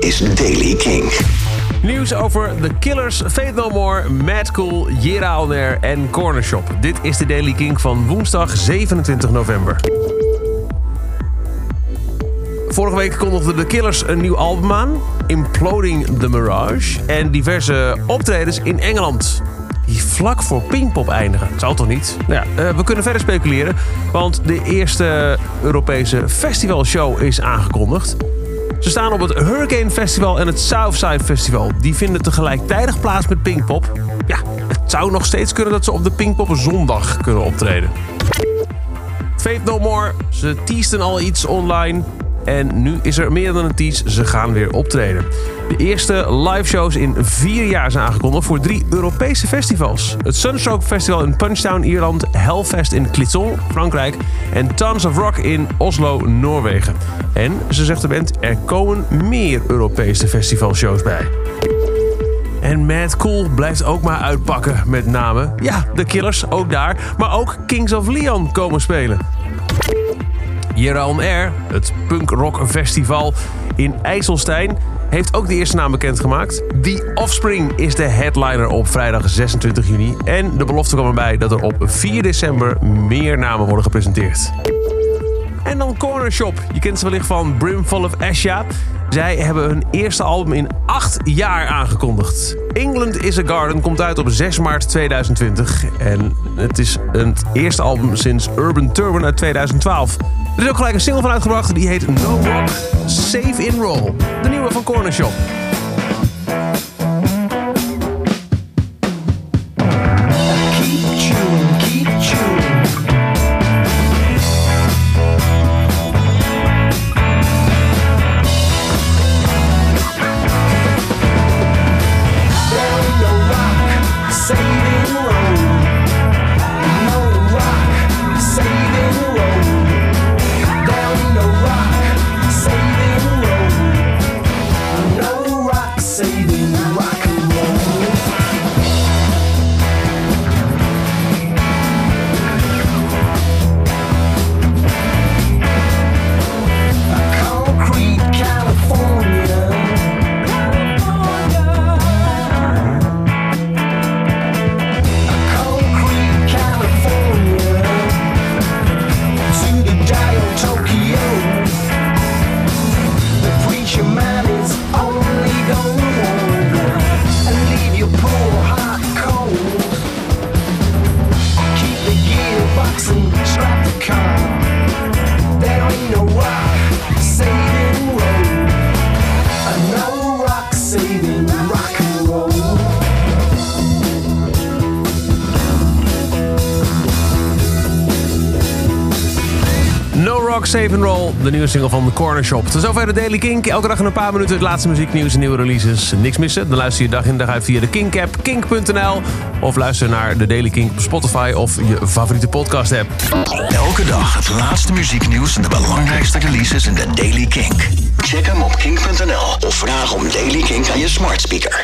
is Daily Kink. Nieuws over The Killers, Faith No More, Mad Cool, Jera On Air en Corner Shop. Dit is de Daily Kink van woensdag 27 november. Vorige week kondigden The Killers een nieuw album aan, Imploding the Mirage, en diverse optredens in Engeland die vlak voor Pinkpop eindigen. Zal toch niet? Nou ja, we kunnen verder speculeren, want de eerste Europese festivalshow is aangekondigd. Ze staan op het Hurricane Festival en het Southside Festival. Die vinden tegelijkertijd plaats met Pinkpop. Ja, het zou nog steeds kunnen dat ze op de Pinkpop zondag kunnen optreden. Faith No More, ze teasten al iets online. En nu is er meer dan een tease, ze gaan weer optreden. De eerste live shows in 4 jaar zijn aangekondigd voor 3 Europese festivals. Het Sunstroke Festival in Punchtown, Ierland, Hellfest in Cliton, Frankrijk en Tons of Rock in Oslo, Noorwegen. En, ze zegt de band, er komen meer Europese festivalshows bij. En Mad Cool blijft ook maar uitpakken met namen. Ja, The Killers, ook daar. Maar ook Kings of Leon komen spelen. Jera On Air, het punkrock festival in IJsselstein, heeft ook de eerste naam bekendgemaakt. The Offspring is de headliner op vrijdag 26 juni. En de belofte kwam erbij dat er op 4 december meer namen worden gepresenteerd. En dan Corner Shop. Je kent ze wellicht van Brimful of Asha. Zij hebben hun eerste album in 8 jaar aangekondigd. England is a Garden komt uit op 6 maart 2020. En het is het eerste album sinds Urban Turban uit 2012. Er is ook gelijk een single van uitgebracht. Die heet No Rock, Save in Roll. De nieuwe van Corner Shop. No Rock, Save and Roll, de nieuwe single van The Corner Shop. Tot zover de Daily Kink. Elke dag in een paar minuten het laatste muzieknieuws en nieuwe releases. Niks missen? Dan luister je dag in dag uit via de Kink-app, kink.nl. Of luister naar de Daily Kink op Spotify of je favoriete podcast-app. Elke dag het laatste muzieknieuws en de belangrijkste releases in de Daily Kink. Check hem op kink.nl of vraag om Daily Kink aan je smart speaker.